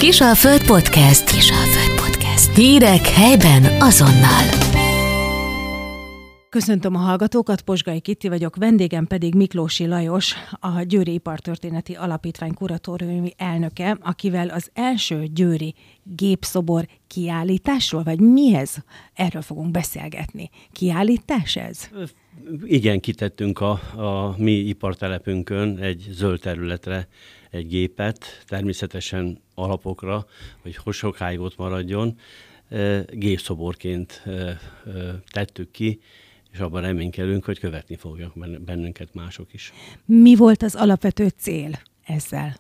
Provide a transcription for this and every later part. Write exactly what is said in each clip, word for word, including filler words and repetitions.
Kisalföld Podcast. Kisalföld Podcast. Hírek helyben azonnal. Köszöntöm a hallgatókat, Posgai Kitti vagyok, vendégem pedig Miklósi Lajos, a Győri Ipartörténeti Alapítvány kuratóriumi elnöke, akivel az első győri gépszobor kiállításról, vagy mi ez? Erről fogunk beszélgetni. Kiállítás ez? Igen, kitettünk a, a mi ipartelepünkön egy zöld területre egy gépet, természetesen alapokra, hogy sokáig ott maradjon. Gépszoborként tettük ki, és abban reménykedünk, hogy követni fogják bennünket mások is. Mi volt az alapvető cél ezzel?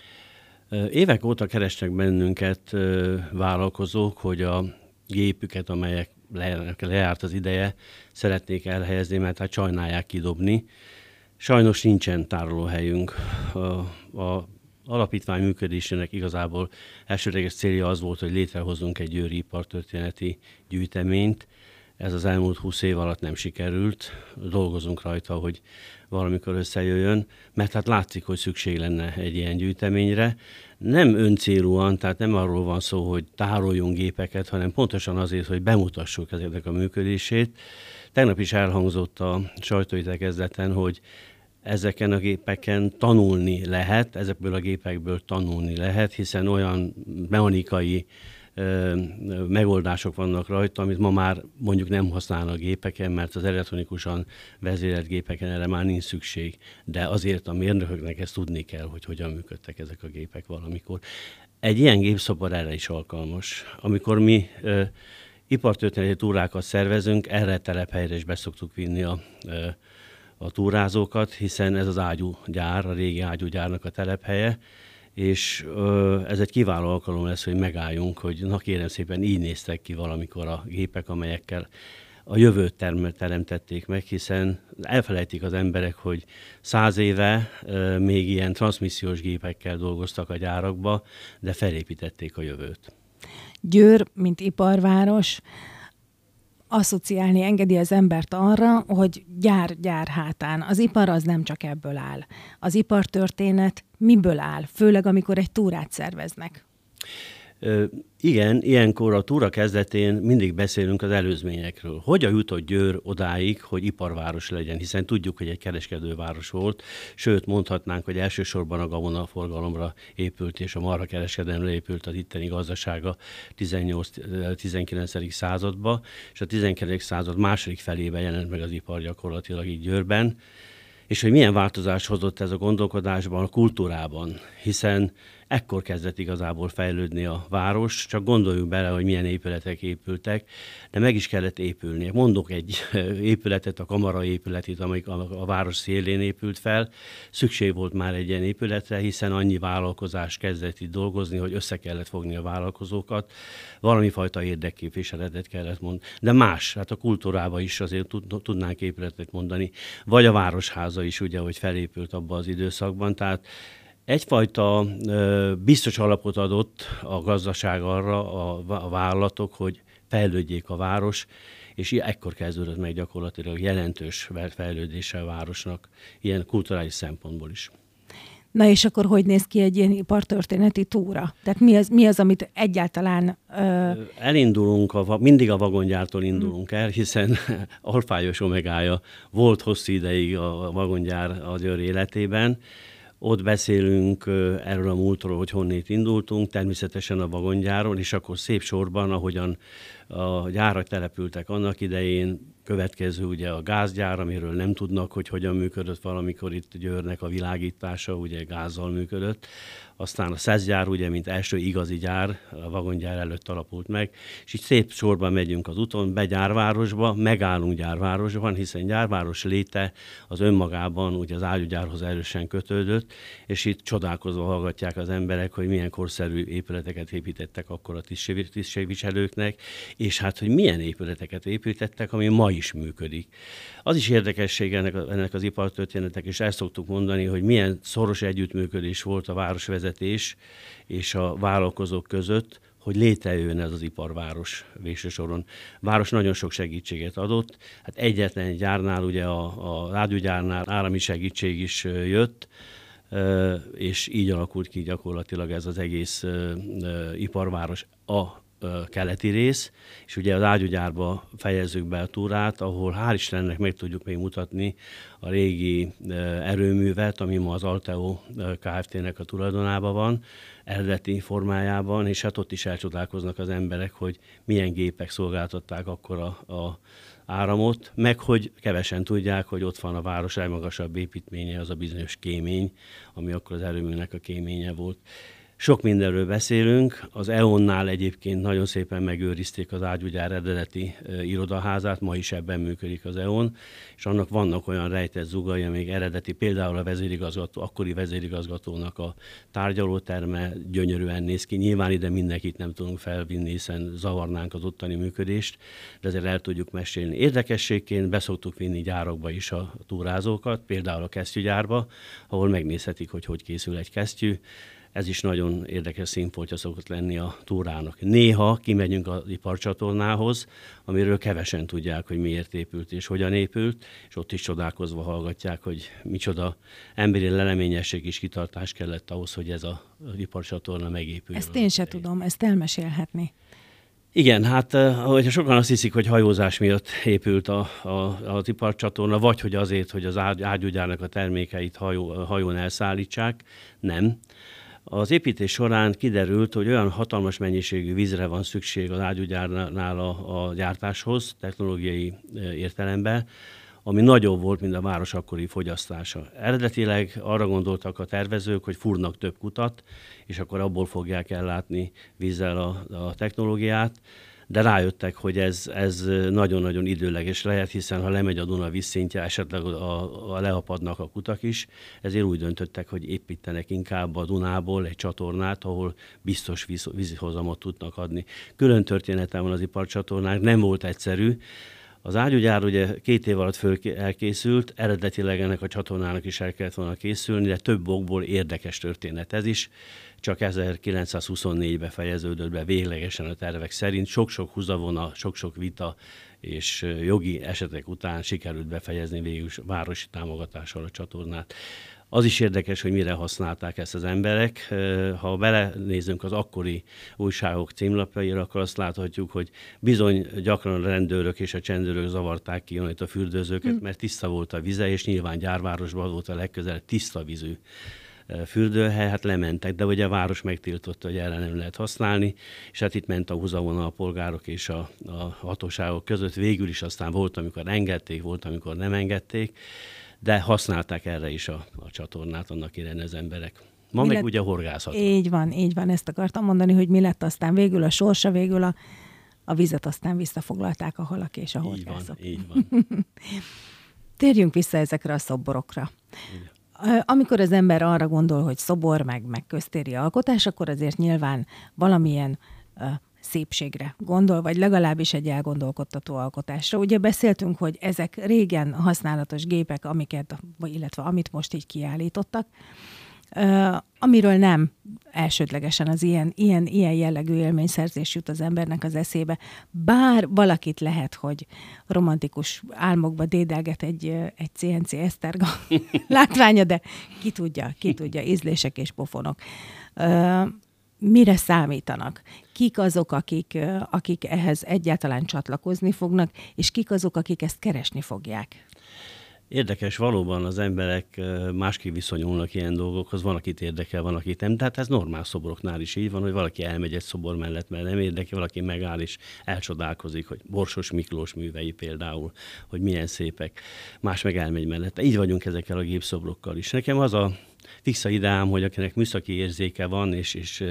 Évek óta keresnek bennünket vállalkozók, hogy a gépüket, amelyek lejárt az ideje, szeretnék elhelyezni, mert hát sajnálják kidobni. Sajnos nincsen tárolóhelyünk. A, a alapítvány működésének igazából elsődleges célja az volt, hogy létrehozzunk egy győri ipartörténeti gyűjteményt. Ez az elmúlt húsz év alatt nem sikerült. Dolgozunk rajta, hogy valamikor összejöjjön, mert hát látszik, hogy szükség lenne egy ilyen gyűjteményre. Nem öncélúan, tehát nem arról van szó, hogy tároljunk gépeket, hanem pontosan azért, hogy bemutassuk ezeknek a működését. Tegnap is elhangzott a sajtóértekezleten, hogy ezeken a gépeken tanulni lehet, ezekből a gépekből tanulni lehet, hiszen olyan mechanikai ö, megoldások vannak rajta, amit ma már mondjuk nem használnak gépeken, mert az elektronikusan vezérelt gépeken erre már nincs szükség. De azért a mérnököknek ezt tudni kell, hogy hogyan működtek ezek a gépek valamikor. Egy ilyen gépszobor erre is alkalmas. Amikor mi ö, ipartörténeti túrákat szervezünk, erre a telephelyre is beszoktuk vinni a ö, a túrázókat, hiszen ez az ágyúgyár, a régi ágyúgyárnak a telephelye, és ö, ez egy kiváló alkalom lesz, hogy megálljunk, hogy na kérem szépen így néztek ki valamikor a gépek, amelyekkel a jövőt term- teremtették meg, hiszen elfelejtik az emberek, hogy száz éve ö, még ilyen transzmissziós gépekkel dolgoztak a gyárakba, de felépítették a jövőt. Győr, mint iparváros, asszociálni engedi az embert arra, hogy gyár-gyár hátán. Az ipar az nem csak ebből áll. Az ipartörténet miből áll, főleg amikor egy túrát szerveznek? Ö, igen, ilyenkor a túra kezdetén mindig beszélünk az előzményekről. Hogyan jutott Győr odáig, hogy iparváros legyen, hiszen tudjuk, hogy egy kereskedőváros volt, sőt mondhatnánk, hogy elsősorban a gabonaforgalomra épült, és a marhakereskedelemre épült az itteni gazdasága tizennyolc-tizenkilencedik században, és a tizenkilencedik század második felében jelent meg az ipar gyakorlatilag így Győrben. És hogy milyen változást hozott ez a gondolkodásban, a kultúrában, hiszen ekkor kezdett igazából fejlődni a város, csak gondoljuk bele, hogy milyen épületek épültek, de meg is kellett épülni. Mondok egy épületet, a Kamara épületét, amelyik a város szélén épült fel. Szükség volt már egy ilyen épületre, hiszen annyi vállalkozás kezdett itt dolgozni, hogy össze kellett fogni a vállalkozókat, valami fajta érdekképviseletet kellett mondani. De más, hát a kultúrában is azért tudnánk épületet mondani, vagy a Városháza is ugye, hogy felépült abban az időszakban, tehát egyfajta ö, biztos alapot adott a gazdaság arra, a, a vállalatok, hogy fejlődjék a város, és ekkor kezdődött meg gyakorlatilag jelentős fejlődése a városnak, ilyen kulturális szempontból is. Na és akkor hogy néz ki egy ilyen ipartörténeti túra? Tehát mi az, mi az amit egyáltalán... Ö... Elindulunk, a, mindig a vagongyártól indulunk el, hiszen alfája és omegája volt hosszú ideig a vagongyár az Győr életében. Ott beszélünk erről a múltról, hogy honnét indultunk, természetesen a vagongyáron, és akkor szép sorban, ahogyan a gyárak települtek annak idején, következő ugye a gázgyár, amiről nem tudnak, hogy hogyan működött valamikor itt Győrnek a világítása, ugye gázzal működött. Aztán a szeszgyár, ugye, mint első igazi gyár, a vagongyár előtt alapult meg, és így szép sorban megyünk az úton, be gyárvárosba, megállunk gyárvárosban, hiszen gyárváros léte az önmagában ugye az ágyúgyárhoz erősen kötődött, és itt csodálkozva hallgatják az emberek, hogy milyen korszerű épületeket építettek akkor a tisztségviselőknek, és hát, hogy milyen épületeket építettek, ami ma is működik. Az is érdekesség ennek, ennek az ipartörténetek, és ezt szoktuk mondani, hogy milyen szoros együttműködés volt a városvezetés és a vállalkozók között, hogy létrejöjjön ez az iparváros végső soron. A város nagyon sok segítséget adott. Hát egyetlen egy gyárnál, ugye a, a rádiógyárnál állami segítség is jött, és így alakult ki gyakorlatilag ez az egész iparváros, a keleti rész, és ugye az ágyúgyárba fejezzük be a túrát, ahol hál' Istennek meg tudjuk még mutatni a régi erőművet, ami ma az Alteo Kft-nek a tulajdonában van, eredeti formájában, és hát ott is elcsodálkoznak az emberek, hogy milyen gépek szolgáltatták akkor a, a áramot, meg hogy kevesen tudják, hogy ott van a város legmagasabb építménye, az a bizonyos kémény, ami akkor az erőműnek a kéménye volt. Sok mindenről beszélünk, az é o en-nál egyébként nagyon szépen megőrizték az ágyúgyár eredeti e, irodaházát, ma is ebben működik az é o en, és annak vannak olyan rejtett zugai, még eredeti, például a vezérigazgató, akkori vezérigazgatónak a tárgyalóterme gyönyörűen néz ki. Nyilván ide mindenkit nem tudunk felvinni, hiszen zavarnánk az ottani működést, de ezért el tudjuk mesélni. Érdekességként beszoktuk vinni gyárakba is a túrázókat, például a kesztyűgyárba, ahol megnézhetik, hogy hogy készül egy kesztyű. Ez is nagyon érdekes színfoltja szokott lenni a túrának. Néha kimegyünk az iparcsatornához, amiről kevesen tudják, hogy miért épült és hogyan épült, és ott is csodálkozva hallgatják, hogy micsoda emberi leleményesség és kitartás kellett ahhoz, hogy ez az iparcsatorna megépüljön. Ezt én se tudom, ezt elmesélhetni. Igen, hát ahogy sokan azt hiszik, hogy hajózás miatt épült a, a, az iparcsatorna, vagy hogy azért, hogy az ágyúgyárnak a termékeit hajó, hajón elszállítsák, nem. Az építés során kiderült, hogy olyan hatalmas mennyiségű vízre van szükség az ágyúgyárnál a, a gyártáshoz, technológiai értelemben, ami nagyobb volt, mint a város akkori fogyasztása. Eredetileg arra gondoltak a tervezők, hogy fúrnak több kutat, és akkor abból fogják ellátni vízzel a, a technológiát, de rájöttek, hogy ez, ez nagyon-nagyon időleges lehet, hiszen ha lemegy a Duna vízszintje, esetleg a, a leapadnak a kutak is, ezért úgy döntöttek, hogy építenek inkább a Dunából egy csatornát, ahol biztos víz, vízhozamot tudnak adni. Külön története van az iparcsatornák, nem volt egyszerű. Az ágyúgyár ugye két év alatt föl elkészült, eredetileg ennek a csatornának is el kellett volna készülni, de több okból érdekes történet ez is. Csak ezerkilencszázhuszonnégyben fejeződött be véglegesen a tervek szerint. Sok-sok húzavona, sok-sok vita és jogi esetek után sikerült befejezni végül városi támogatással a csatornát. Az is érdekes, hogy mire használták ezt az emberek. Ha belenézünk az akkori újságok címlapjaira, akkor azt láthatjuk, hogy bizony gyakran a rendőrök és a csendőrök zavarták ki a fürdőzőket, mert tiszta volt a vize, és nyilván gyárvárosban volt a legközelebb tiszta vízű fürdőhely, hát lementek, de ugye a város megtiltotta, hogy erre nem lehet használni, és hát itt ment a húzavona a polgárok és a, a hatóságok között. Végül is aztán volt, amikor engedték, volt, amikor nem engedték, de használták erre is a, a csatornát annak irányán az emberek. Ma mi meg lett, ugye horgászat. Így van, így van, ezt akartam mondani, hogy mi lett aztán végül a sorsa, végül a, a vizet aztán visszafoglalták a halak és a horgászok. Így van, így van. Térjünk vissza ezekre a szoborokra. Igen. Amikor az ember arra gondol, hogy szobor, meg, meg köztéri alkotás, akkor azért nyilván valamilyen uh, szépségre gondol, vagy legalábbis egy elgondolkodtató alkotásra. Ugye beszéltünk, hogy ezek régen használatos gépek, amiket, illetve amit most így kiállítottak, uh, amiről nem elsődlegesen az ilyen, ilyen, ilyen jellegű élményszerzés jut az embernek az eszébe. Bár valakit lehet, hogy romantikus álmokba dédelget egy, egy cé en cé Eszterga látványa, de ki tudja, ki tudja, ízlések és pofonok. Uh, mire számítanak? Kik azok, akik, akik ehhez egyáltalán csatlakozni fognak, és kik azok, akik ezt keresni fogják? Érdekes, valóban az emberek másképp viszonyulnak ilyen dolgokhoz, van, akit érdekel, van, akit nem. Tehát ez normál szobroknál is így van, hogy valaki elmegy egy szobor mellett, mert nem érdekel, valaki megáll és elcsodálkozik, hogy Borsos Miklós művei például, hogy milyen szépek. Más meg elmegy mellette. Így vagyunk ezekkel a gépszobrokkal is. Nekem az a fixa ideám, hogy akinek műszaki érzéke van, és, és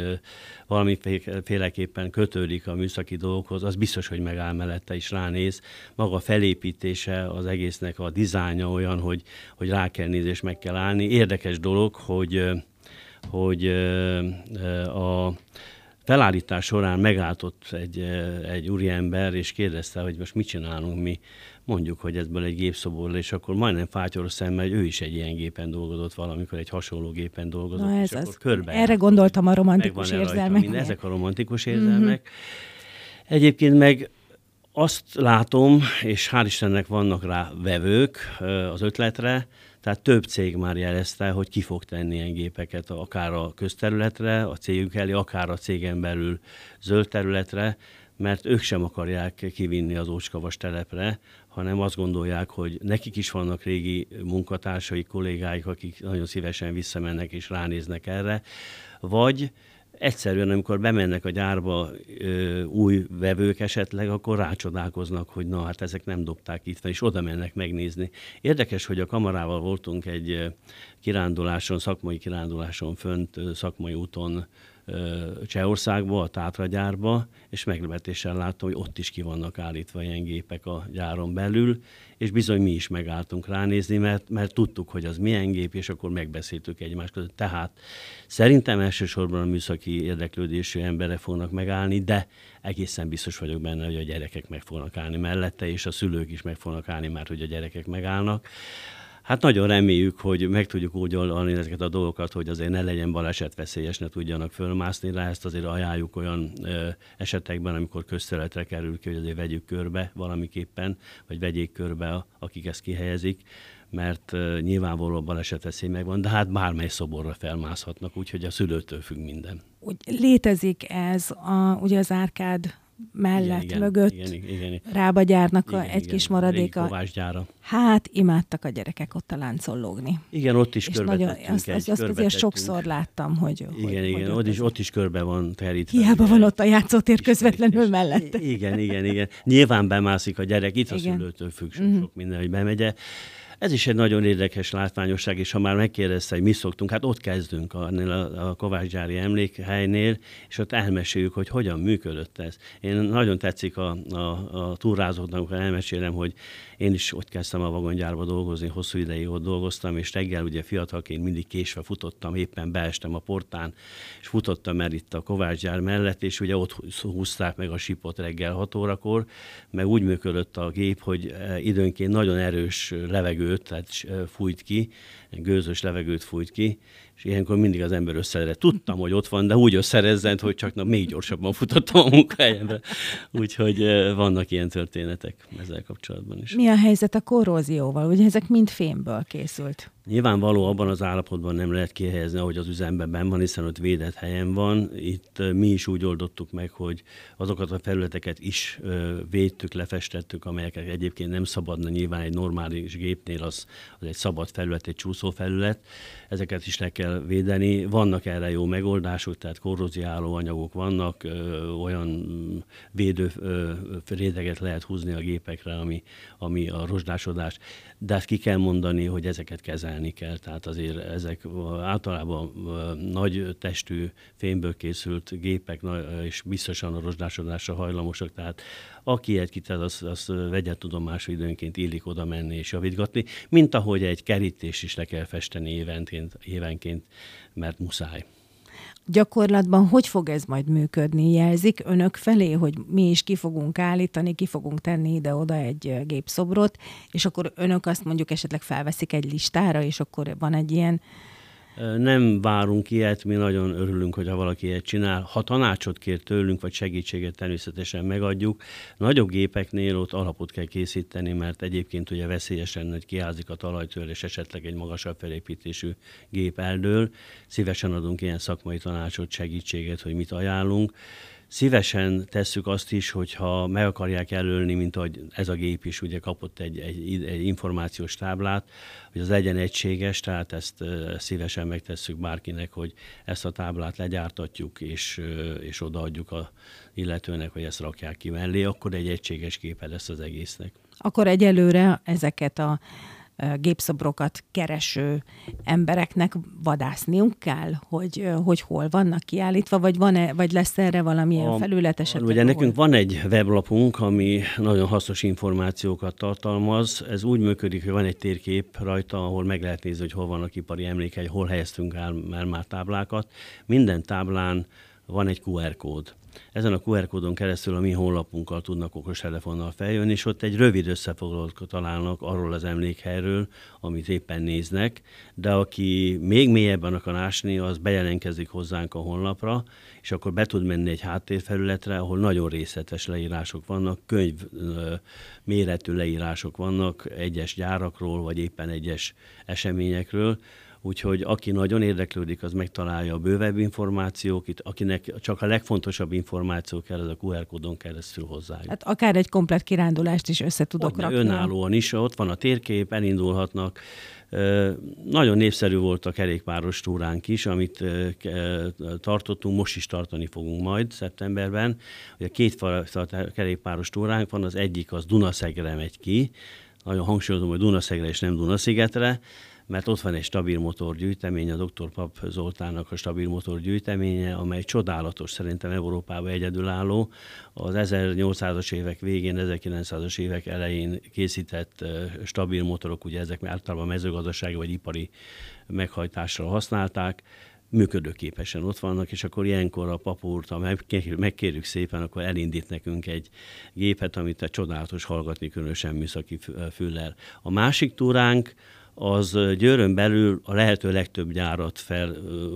valamiféleképpen kötődik a műszaki dolgokhoz, az biztos, hogy megáll mellette is ránéz. Maga a felépítése az egésznek, a dizájnja olyan, hogy, hogy rá kell nézni és meg kell állni. Érdekes dolog, hogy, hogy a felállítás során meglátott egy, egy úriember, és kérdezte, hogy most mit csinálunk mi. Mondjuk, hogy ebből egy gépszobor, és akkor majdnem fátyoros szemmel, hogy ő is egy ilyen gépen dolgozott valamikor, egy hasonló gépen dolgozott. Na ez és az. Akkor erre gondoltam a romantikus érzelmek. Mind, ezek a romantikus érzelmek. Mm-hmm. Egyébként meg azt látom, és hál' Istennek vannak rá vevők az ötletre, Tehát több cég már jelezte, hogy ki fog tenni ilyen gépeket akár a közterületre, a cégük elé, akár a cégen belül zöld területre, mert ők sem akarják kivinni az Ócskavas telepre, hanem azt gondolják, hogy nekik is vannak régi munkatársai, kollégáik, akik nagyon szívesen visszamennek és ránéznek erre, vagy egyszerűen, amikor bemennek a gyárba ö, új vevők esetleg, akkor rácsodálkoznak, hogy na hát ezek nem dobták itt, és oda mennek megnézni. Érdekes, hogy a kamarával voltunk egy kiránduláson, szakmai kiránduláson fönt, szakmai úton Csehországba, a Tátra gyárba, és meglepetéssel láttam, hogy ott is ki vannak állítva ilyen gépek a gyáron belül, és bizony mi is megálltunk ránézni, mert, mert tudtuk, hogy az milyen gép, és akkor megbeszéltük egymás között. Tehát szerintem elsősorban a műszaki érdeklődésű emberek fognak megállni, de egészen biztos vagyok benne, hogy a gyerekek meg fognak állni mellette, és a szülők is meg fognak állni már, hogy a gyerekek megállnak. Hát nagyon reméljük, hogy meg tudjuk úgy oldani ezeket a dolgokat, hogy azért ne legyen balesetveszélyes, ne tudjanak fölmászni rá. Ezt azért ajánljuk olyan ö, esetekben, amikor közterületre kerül ki, hogy azért vegyük körbe valamiképpen, vagy vegyék körbe, a, akik ezt kihelyezik, mert ö, nyilvánvalóan balesetveszély megvan, de hát bármely szoborra felmászhatnak, úgyhogy a szülőtől függ minden. Úgy létezik ez a, ugye az árkád mellett, igen, mögött, igen, igen, igen. Rába gyárnak Igen, a, egy igen, kis maradéka. Kovács gyára. Hát imádtak a gyerekek ott a láncon lógni. Igen, ott is és körbe nagyon, tettünk azt, egy, azt, azt azért sokszor láttam, hogy... Igen, hogy, igen, hogy ott, is, ott is körbe van terítve. Hiába van ott a játszótér közvetlenül mellette. Igen, igen, igen. Nyilván bemászik a gyerek, itt igen. a szülőtől függ sok, sok minden, hogy bemegye. Ez is egy nagyon érdekes látványosság, és ha már megkérdezte, hogy mi szoktunk, hát ott kezdünk annél a, a Kovácsgyári emlékhelynél, és ott elmeséljük, hogy hogyan működött ez. Én nagyon tetszik a, a, a túrázóknak, amikor elmesélem, hogy én is ott kezdtem a vagongyárba dolgozni, hosszú ideig ott dolgoztam, és reggel ugye fiatalként mindig késve futottam, éppen beestem a portán, és futottam el itt a Kovácsgyár mellett, és ugye ott húzták meg a sipot reggel hat órakor, meg úgy működött a gép, hogy időnként nagyon erős levegő tehát fújt ki, gőzös levegőt fújt ki, és ilyenkor mindig az ember összeredett. Tudtam, hogy ott van, de úgy összerezzent, hogy csak na, még gyorsabban futottam a munkahelyemre. Úgyhogy vannak ilyen történetek ezzel kapcsolatban is. Mi a helyzet a korrózióval? Ugye ezek mind fémből készült. Nyilvánvaló abban az állapotban nem lehet kihelyezni, ahogy az üzemben benn van, hiszen ott védett helyen van. Itt mi is úgy oldottuk meg, hogy azokat a felületeket is védtük, lefestettük, amelyeket egyébként nem szabadna nyilván egy normális gépnél, az, az egy szabad felület, egy csúszó felület. Ezeket is le kell védeni. Vannak erre jó megoldások, tehát korróziáló anyagok vannak, ö, olyan védő ö, réteget lehet húzni a gépekre, ami, ami a rozsdásodás. De ezt ki kell mondani, hogy ezeket kezelni kell. Tehát azért ezek általában nagy testű fémből készült gépek, és biztosan a rozsdásodásra hajlamosak. Tehát aki ilyet kitesz, az, az vegye tudomásul, időnként illik oda menni és javítgatni, mint ahogy egy kerítés is le kell festeni évenként, évenként, mert muszáj. Gyakorlatban hogy fog ez majd működni? Jelzik önök felé, hogy mi is ki fogunk állítani, ki fogunk tenni ide-oda egy gépszobrot, és akkor önök azt mondjuk esetleg felveszik egy listára, és akkor van egy ilyen... Nem várunk ilyet, mi nagyon örülünk, hogyha valaki ilyet csinál. Ha tanácsot kér tőlünk, vagy segítséget természetesen megadjuk. Nagyobb gépeknél ott alapot kell készíteni, mert egyébként ugye veszélyes lenne, hogy kiázik a talajtől, és esetleg egy magasabb felépítésű gép eldől. Szívesen adunk ilyen szakmai tanácsot, segítséget, hogy mit ajánlunk. Szívesen tesszük azt is, hogyha meg akarják jelölni, mint ahogy ez a gép is ugye kapott egy, egy, egy információs táblát, hogy az legyen egységes, tehát ezt szívesen megtesszük bárkinek, hogy ezt a táblát legyártatjuk, és, és odaadjuk a illetőnek, hogy ezt rakják ki mellé, akkor egy egységes képe lesz az egésznek. Akkor egyelőre ezeket a gépszobrokat kereső embereknek vadászniuk kell, hogy, hogy hol vannak kiállítva, vagy, van-e, vagy lesz erre valamilyen a, felület esetleg? Ugye nekünk van egy weblapunk, ami nagyon hasznos információkat tartalmaz. Ez úgy működik, hogy van egy térkép rajta, ahol meg lehet nézni, hogy hol vannak ipari emlékei, hol helyeztünk el már táblákat. Minden táblán van egy kú er kód. Ezen a kú er kódon keresztül a mi honlapunkkal tudnak okostelefonnal feljönni, és ott egy rövid összefoglalót találnak arról az emlékhelyről, amit éppen néznek, de aki még mélyebben akar ásni, az bejelentkezik hozzánk a honlapra, és akkor be tud menni egy háttérfelületre, ahol nagyon részletes leírások vannak, könyv méretű leírások vannak egyes gyárakról, vagy éppen egyes eseményekről. Úgyhogy aki nagyon érdeklődik, az megtalálja a bővebb információkat, akinek csak a legfontosabb információ kell, az a kú er kódon keresztül hozzá. Hát akár egy komplett kirándulást is össze tudok Ott rakni. Önállóan is, ott van a térkép, elindulhatnak. Nagyon népszerű volt a kerékpáros túránk is, amit tartottunk, most is tartani fogunk majd szeptemberben. Ugye két kerékpáros túránk van, az egyik az Dunaszegre megy ki, nagyon hangsúlyozom, hogy Dunaszegre és nem Dunaszigetre, mert ott van egy stabil motor gyűjtemény, a doktor Pap Zoltánnak a stabil motor gyűjteménye, amely csodálatos, szerintem Európában egyedülálló. Az ezernyolcszázas évek végén, ezerkilencszázas évek elején készített stabil motorok, ugye ezek általában mezőgazdasági vagy ipari meghajtásra használták, működőképesen ott vannak, és akkor ilyenkor a Pap úrt, ha megkérjük szépen, akkor elindít nekünk egy gépet, amit egy csodálatos hallgatni, különösen műszaki füllel. A másik túránk, az Győrön belül a lehető legtöbb gyárat fel,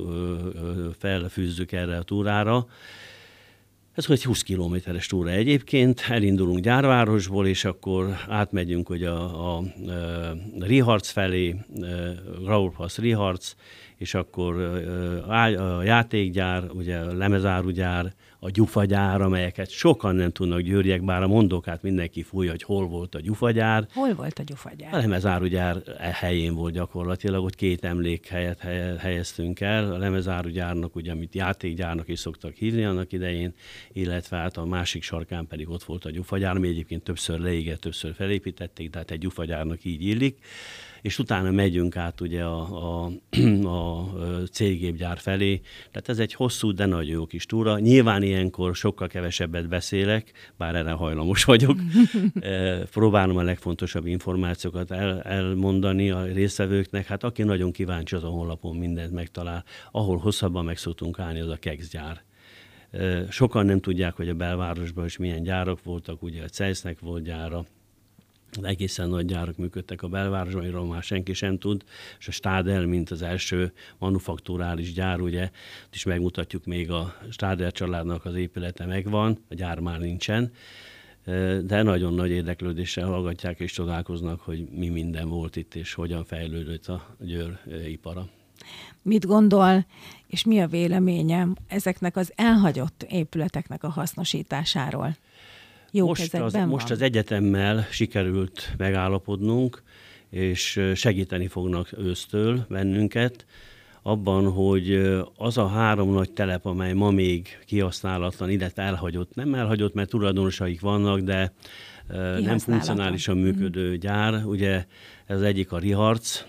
felfűzzük erre a túrára. Ez egy húsz kilométeres túra egyébként, elindulunk Gyárvárosból, és akkor átmegyünk ugye a, a, a Riharc felé, Graurpass Riharc, és akkor a játékgyár, ugye a lemezárugyár, a gyufagyár, amelyeket sokan nem tudnak győriek, bár a mondókát mindenki fújja, hogy hol volt a gyufagyár. Hol volt a gyufagyár? A lemezárugyár helyén volt gyakorlatilag, ott két emlékhelyet helyeztünk el. A lemezárugyárnak, ugye, amit játékgyárnak is szoktak hívni annak idején, illetve hát a másik sarkán pedig ott volt a gyufagyár, ami egyébként többször leégett, többször felépítették, tehát egy gyufagyárnak így illik. És utána megyünk át ugye a, a, a célgépgyár felé. Tehát ez egy hosszú, de nagyon jó kis túra. Nyilván ilyenkor sokkal kevesebbet beszélek, bár erre hajlamos vagyok. Próbálom a legfontosabb információkat el, elmondani a résztvevőknek. Hát aki nagyon kíváncsi, az a honlapon mindent megtalál. Ahol hosszabban meg szoktunk állni, az a kekszgyár. Sokan nem tudják, hogy a belvárosban is milyen gyárak voltak. Ugye a Zeisznek volt gyára, egészen nagy gyárak működtek a belvárosban, amiről már senki sem tud, és a Stadel, mint az első manufakturális gyár, ugye, ott is megmutatjuk, még a Stadel családnak az épülete megvan, a gyár már nincsen, de nagyon nagy érdeklődéssel hallgatják és csodálkoznak, hogy mi minden volt itt, és hogyan fejlődött a Győr ipara. Mit gondol, és mi a véleménye ezeknek az elhagyott épületeknek a hasznosításáról? Jó most, az, most az egyetemmel sikerült megállapodnunk, és segíteni fognak ősztől bennünket abban, hogy az a három nagy telep, amely ma még kihasználatlan, illetve elhagyott, nem elhagyott, mert tulajdonosaik vannak, de nem funkcionálisan működő gyár. Ugye ez az egyik a Riharc,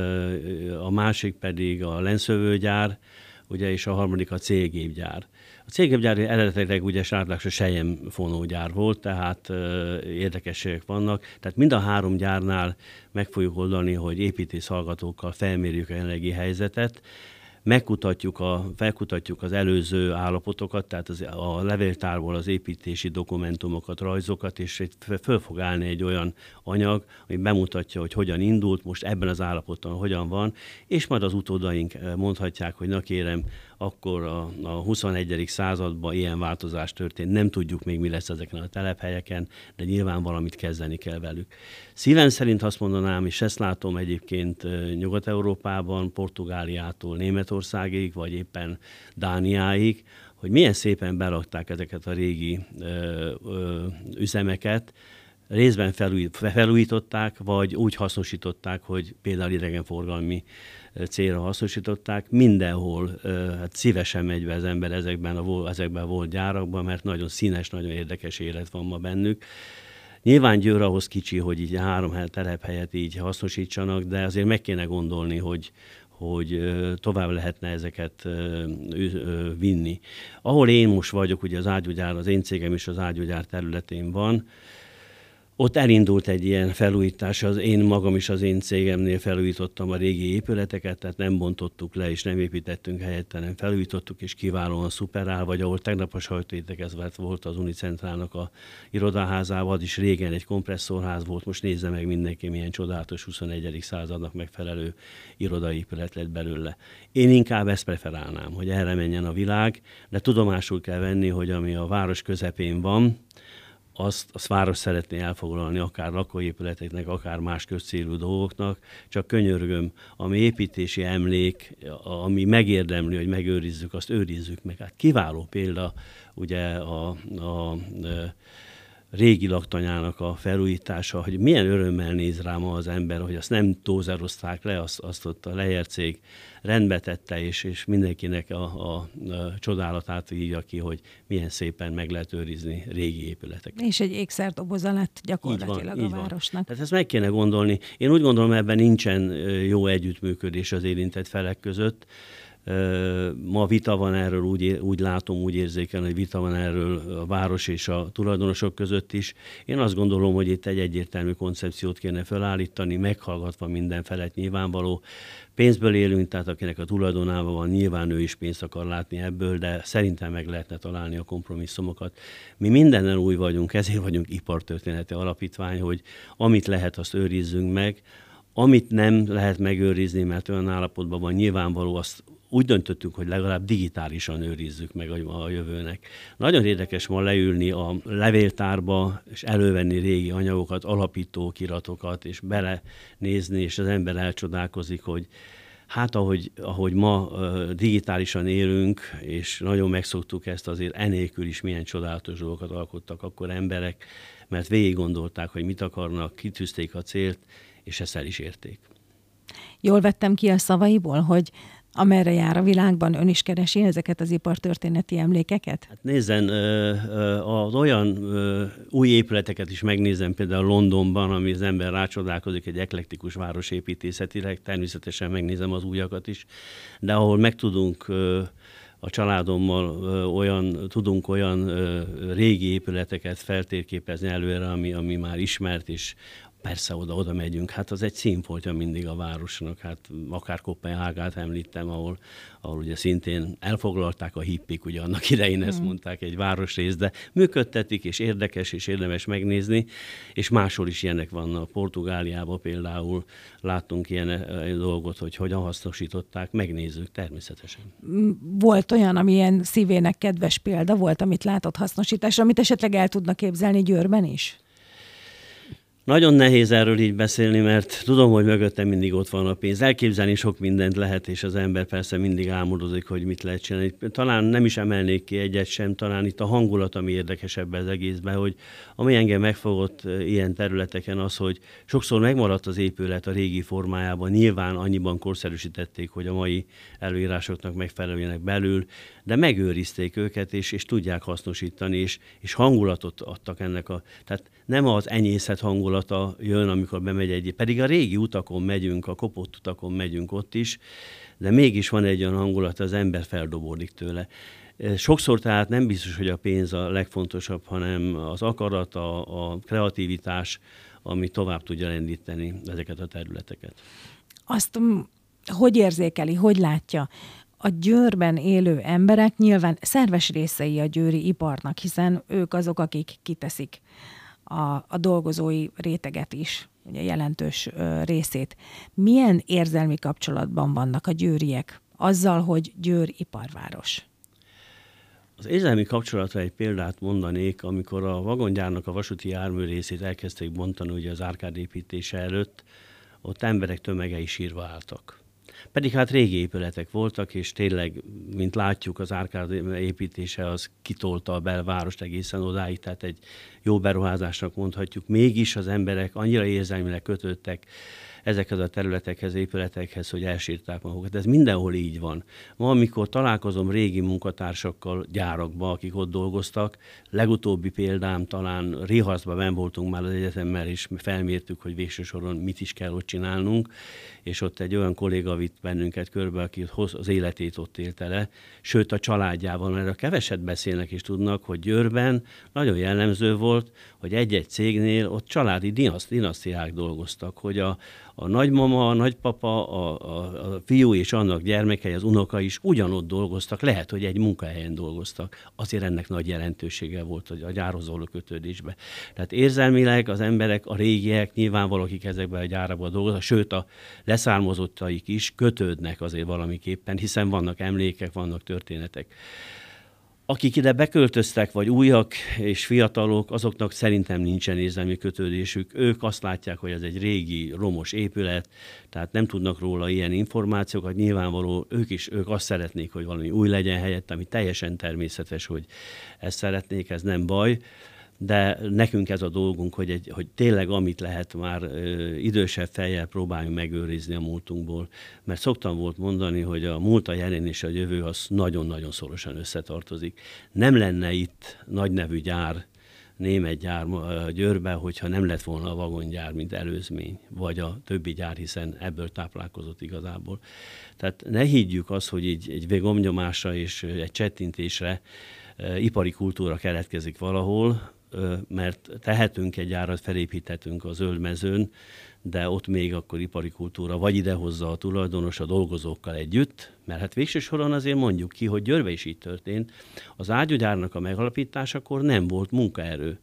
a másik pedig a lenszövőgyár, ugye, és a harmadik a célgépgyár. A célgépgyár eredetileg ugye Sárlás a selyemfonógyár volt, tehát ö, érdekességek vannak. Tehát mind a három gyárnál meg fogjuk oldani, hogy építész hallgatókkal felmérjük a jelenlegi helyzetet, megkutatjuk a, felkutatjuk az előző állapotokat, tehát az, a levéltárból az építési dokumentumokat, rajzokat, és föl fog állni egy olyan anyag, ami bemutatja, hogy hogyan indult, most ebben az állapotban hogyan van, és majd az utódaink mondhatják, hogy na kérem, akkor a, a huszonegyedik században ilyen változás történt, nem tudjuk még, mi lesz ezeken a telephelyeken, de nyilván valamit kezdeni kell velük. Szívem szerint azt mondanám, és ezt látom egyébként Nyugat-Európában, Portugáliától Németországig, vagy éppen Dániáig, hogy milyen szépen berakták ezeket a régi ö, ö, üzemeket, részben felújít, felújították, vagy úgy hasznosították, hogy például idegenforgalmi célra hasznosították. Mindenhol hát szívesen megy be az ember ezekben a, ezekben volt gyárakban, mert nagyon színes, nagyon érdekes élet van ma bennük. Nyilván Győr ahhoz kicsi, hogy így három telephelyet így hasznosítsanak, de azért meg kéne gondolni, hogy, hogy tovább lehetne ezeket vinni. Ahol én most vagyok, ugye az ágyúgyár, az én cégem is az ágyúgyár területén van, Ott elindult egy ilyen felújítás, az én magam is az én cégemnél felújítottam a régi épületeket, tehát nem bontottuk le, és nem építettünk helyette, hanem felújítottuk, és kiválóan szuperál, vagy ahol tegnap a sajtóértekezlet volt az Unicentrálnak a irodaházában, az is régen egy kompresszorház volt, most nézze meg mindenki, milyen csodálatos huszonegyedik századnak megfelelő irodaépület lett belőle. Én inkább ezt preferálnám, hogy erre menjen a világ, de tudomásul kell venni, hogy ami a város közepén van, azt a város szeretné elfoglalni akár lakóépületeknek, akár más közcélú dolgoknak, csak könyörgöm, ami építési emlék, ami megérdemli, hogy megőrizzük, azt őrizzük meg. Hát kiváló példa ugye a, a, a régi laktanyának a felújítása, hogy milyen örömmel néz rá ma az ember, hogy azt nem dózerozták le, azt, azt ott a Leyer cég rendbe tette, és, és mindenkinek a, a, a csodálatát írja ki, hogy milyen szépen meg lehet őrizni régi épületeket. És egy ékszerdoboza lett gyakorlatilag van, a városnak. Tehát ezt meg kéne gondolni. Én úgy gondolom, ebben nincsen jó együttműködés az érintett felek között. Ma vita van erről, úgy, úgy látom, úgy érzékelem, hogy vita van erről a város és a tulajdonosok között is. Én azt gondolom, hogy itt egy egyértelmű koncepciót kéne felállítani, meghallgatva minden felet nyilvánvaló. Pénzből élünk, tehát akinek a tulajdonában van, nyilván ő is pénzt akar látni ebből, de szerintem meg lehetne találni a kompromisszumokat. Mi mindennel új vagyunk, ezért vagyunk ipartörténeti alapítvány, hogy amit lehet, azt őrizzünk meg. Amit nem lehet megőrizni, mert olyan állapotban van, nyilvánvaló, azt úgy döntöttünk, hogy legalább digitálisan őrizzük meg a jövőnek. Nagyon érdekes ma leülni a levéltárba, és elővenni régi anyagokat, alapítókiratokat, és belenézni, és az ember elcsodálkozik, hogy hát ahogy, ahogy ma uh, digitálisan élünk, és nagyon megszoktuk ezt, azért enélkül is milyen csodálatos dolgokat alkottak akkor emberek, mert végig gondolták, hogy mit akarnak, kitűzték a célt, és ezt el is érték. Jól vettem ki a szavaiból, hogy amerre jár a világban, ön is keresi ezeket az ipartörténeti emlékeket? Hát nézzen, az olyan új épületeket is megnézem, például Londonban, ami az ember rácsodálkozik, egy eklektikus városépítészetileg, természetesen megnézem az újakat is, de ahol meg tudunk a családommal olyan, tudunk olyan régi épületeket feltérképezni előre, ami, ami már ismert, és persze oda-oda megyünk. Hát az egy színfoltja mindig a városnak, hát akár Koppenhágát említem, ahol, ahol ugye szintén elfoglalták a hippik, ugye annak idején ezt mondták, egy városrész, de működtetik, és érdekes, és érdemes megnézni, és máshol is ilyenek vannak. Portugáliában például láttunk ilyen dolgot, hogy hogyan hasznosították, megnézzük természetesen. Volt olyan, ami ilyen szívének kedves példa volt, amit látott hasznosításra, amit esetleg el tudna képzelni Győrben is? Nagyon nehéz erről így beszélni, mert tudom, hogy mögöttem mindig ott van a pénz. Elképzelni sok mindent lehet, és az ember persze mindig álmodozik, hogy mit lehet csinálni. Talán nem is emelnék ki egyet sem, talán itt a hangulat, ami érdekesebb az egészben, hogy ami engem megfogott ilyen területeken az, hogy sokszor megmaradt az épület a régi formájában, nyilván annyiban korszerűsítették, hogy a mai előírásoknak megfeleljenek belül, de megőrizték őket, és, és tudják hasznosítani, és, és hangulatot adtak ennek a... Tehát nem az enyészet hangulata jön, amikor bemegy egy... Pedig a régi utakon megyünk, a kopott utakon megyünk ott is, de mégis van egy olyan hangulat, az ember feldobódik tőle. Sokszor tehát nem biztos, hogy a pénz a legfontosabb, hanem az akarat, a, a kreativitás, ami tovább tudja rendíteni ezeket a területeket. Azt hogy érzékeli, hogy látja? A Győrben élő emberek nyilván szerves részei a győri iparnak, hiszen ők azok, akik kiteszik a, a dolgozói réteget is, ugye jelentős ö, részét. Milyen érzelmi kapcsolatban vannak a győriek azzal, hogy Győr iparváros? Az érzelmi kapcsolatra egy példát mondanék, amikor a vagongyárnak a vasúti jármű részét elkezdték bontani ugye az árkád építése előtt, ott emberek tömegei sírva álltak. Pedig hát régi épületek voltak, és tényleg, mint látjuk, az árkád építése az kitolta a belvárost egészen odáig, tehát egy jó beruházásnak mondhatjuk. Mégis az emberek annyira érzelmileg kötöttek ezekhez a területekhez, épületekhez, hogy elsírták magukat. Ez mindenhol így van. Ma, amikor találkozom régi munkatársakkal gyárakba, akik ott dolgoztak, legutóbbi példám talán Rihaszban benn voltunk már az egyetemmel, és felmértük, hogy végső soron mit is kell ott csinálnunk, és ott egy olyan kolléga vitt bennünket körbe, aki az életét ott élte le, sőt a családjával, mert a keveset beszélnek és tudnak, hogy Győrben nagyon jellemző volt, hogy egy-egy cégnél ott családi dinasztiák dolgoztak, hogy a, a nagymama, a nagypapa, a, a, a fiú és annak gyermekei, az unoka is ugyanott dolgoztak, lehet, hogy egy munkahelyen dolgoztak. Azért ennek nagy jelentősége volt hogy a gyárhoz való kötődésbe. Tehát érzelmileg az emberek, a régiek nyilvánvalóan, akik ezekben a gyárakban dolgoznak, sőt a leszármazottaik is kötődnek azért valamiképpen, hiszen vannak emlékek, vannak történetek. Akik ide beköltöztek, vagy újak és fiatalok, azoknak szerintem nincsen érzelmi kötődésük. Ők azt látják, hogy ez egy régi, romos épület, tehát nem tudnak róla ilyen információkat. Nyilvánvaló, ők is ők azt szeretnék, hogy valami új legyen helyett, ami teljesen természetes, hogy ezt szeretnék, ez nem baj. De nekünk ez a dolgunk, hogy, egy, hogy tényleg amit lehet már ö, idősebb fejjel próbáljunk megőrizni a múltunkból. Mert szoktam volt mondani, hogy a múlt, a jelen és a jövő az nagyon-nagyon szorosan összetartozik. Nem lenne itt nagy nevű gyár, német gyár Győrben, hogyha nem lett volna a vagongyár, mint előzmény, vagy a többi gyár, hiszen ebből táplálkozott igazából. Tehát ne higgyük azt, hogy így egy gomnyomásra és egy csettintésre ipari kultúra keletkezik valahol, mert tehetünk egy gyárat, felépíthetünk a zöld mezőn, de ott még akkor ipari kultúra vagy idehozza a tulajdonos a dolgozókkal együtt, mert hát végső soron azért mondjuk ki, hogy Győrben is így történt. Az ágyúgyárnak a megalapításakor nem volt munkaerő.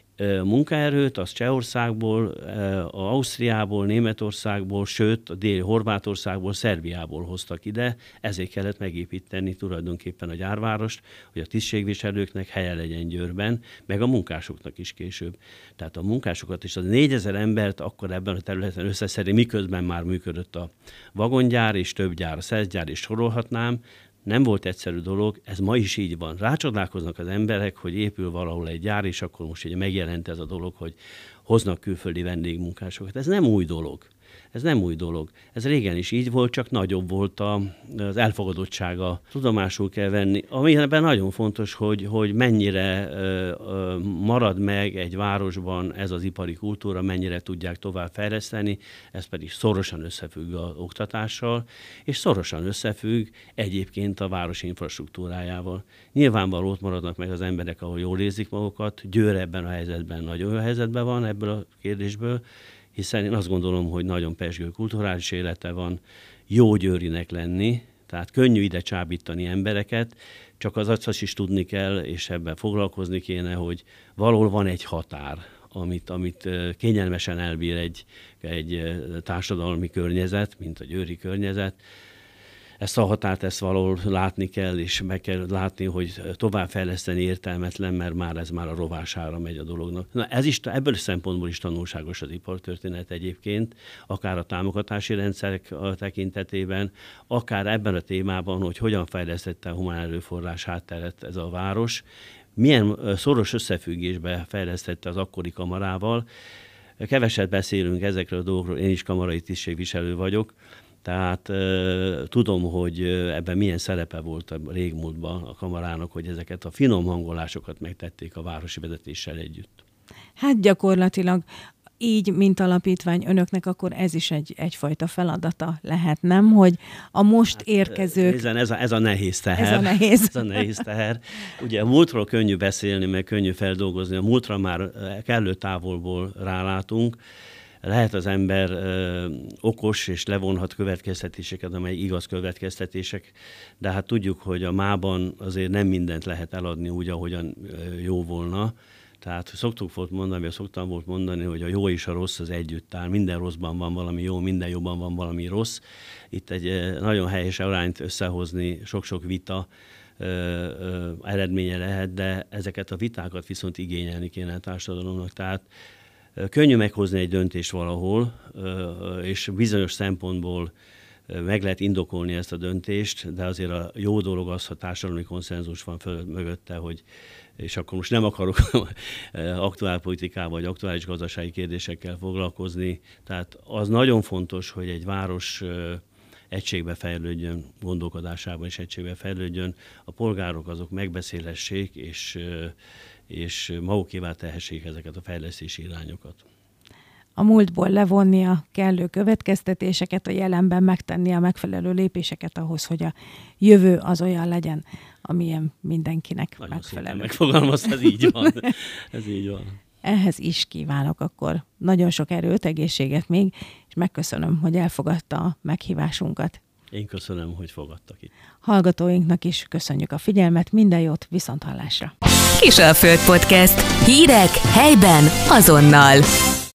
Munkaerőt az Csehországból, Ausztriából, Németországból, sőt a déli Horvátországból, Szerbiából hoztak ide, ezért kellett megépíteni tulajdonképpen a gyárvárost, hogy a tisztségviselőknek helye legyen Győrben, meg a munkásoknak is később. Tehát a munkásokat is, az négyezer embert akkor ebben a területen összeszedni, miközben már működött a vagongyár és több gyár, a szeszgyár is sorolhatnám. Nem volt egyszerű dolog, ez ma is így van. Rácsodálkoznak az emberek, hogy épül valahol egy gyár, és akkor most ugye megjelent ez a dolog, hogy hoznak külföldi vendégmunkásokat. Ez nem új dolog. Ez nem új dolog. Ez régen is így volt, csak nagyobb volt a, az elfogadottsága. Tudomásul kell venni. Ami ebben nagyon fontos, hogy, hogy mennyire ö, ö, marad meg egy városban ez az ipari kultúra, mennyire tudják tovább fejleszteni, ez pedig szorosan összefügg az oktatással, és szorosan összefügg egyébként a város infrastruktúrájával. Nyilvánvalóan ott maradnak meg az emberek, ahol jól érzik magukat. Győr ebben a helyzetben nagyon jó helyzetben van ebből a kérdésből, hiszen én azt gondolom, hogy nagyon pezsgő kulturális élete van, jó győrinek lenni, tehát könnyű ide csábítani embereket, csak az azt is tudni kell, és ebben foglalkozni kéne, hogy valahol van egy határ, amit, amit kényelmesen elbír egy, egy társadalmi környezet, mint a győri környezet. Ezt a határt ezt valahol látni kell, és meg kell látni, hogy továbbfejleszteni értelmetlen, mert már ez már a rovására megy a dolognak. Na, ez is, ebből a szempontból is tanulságos az ipartörténet egyébként, akár a támogatási rendszerek tekintetében, akár ebben a témában, hogy hogyan fejlesztette a humán erőforrás hátteret ez a város, milyen szoros összefüggésbe fejlesztette az akkori kamarával. Keveset beszélünk ezekről a dolgokról, én is kamarai tisztségviselő vagyok, tehát euh, tudom, hogy ebben milyen szerepe volt a régmúltban a kamarának, hogy ezeket a finom hangolásokat megtették a városi vezetéssel együtt. Hát gyakorlatilag így, mint alapítvány, önöknek akkor ez is egy, egyfajta feladata lehet, nem? Hogy a most hát, érkezők... Ezen, ez, a, ez a nehéz teher. Ez a nehéz. ez a nehéz teher. Ugye a múltról könnyű beszélni, meg könnyű feldolgozni. A múltra már kellő távolból rálátunk. Lehet az ember ö, okos, és levonhat következtetéseket, amely igaz következtetések, de hát tudjuk, hogy a mában azért nem mindent lehet eladni úgy, ahogyan ö, jó volna. Tehát szoktuk volt mondani, vagy szoktam volt mondani, hogy a jó és a rossz az együtt áll. Minden rosszban van valami jó, minden jobban van valami rossz. Itt egy ö, nagyon helyes arányt összehozni, sok-sok vita ö, ö, eredménye lehet, de ezeket a vitákat viszont igényelni kéne a társadalomnak. Tehát könnyű meghozni egy döntést valahol, és bizonyos szempontból meg lehet indokolni ezt a döntést, de azért a jó dolog az, ha társadalmi konszenzus van föl mögötte, hogy és akkor most nem akarok aktuálpolitikával vagy aktuális gazdasági kérdésekkel foglalkozni. Tehát az nagyon fontos, hogy egy város egységbe fejlődjön, gondolkodásában is egységbe fejlődjön, a polgárok azok megbeszélhessék, és, és magukévá tehessék ezeket a fejlesztési irányokat. A múltból levonni a kellő következtetéseket, a jelenben megtenni a megfelelő lépéseket ahhoz, hogy a jövő az olyan legyen, amilyen mindenkinek nagyon megfelelő. Megfogalmazta, ez így van. Ez így van. Ehhez is kívánok akkor nagyon sok erőt, egészséget még, és megköszönöm, hogy elfogadta a meghívásunkat. Én köszönöm, hogy fogadtak itt. Hallgatóinknak is köszönjük a figyelmet, minden jót, viszonthallásra. Kisalföld Podcast. Hírek helyben azonnal.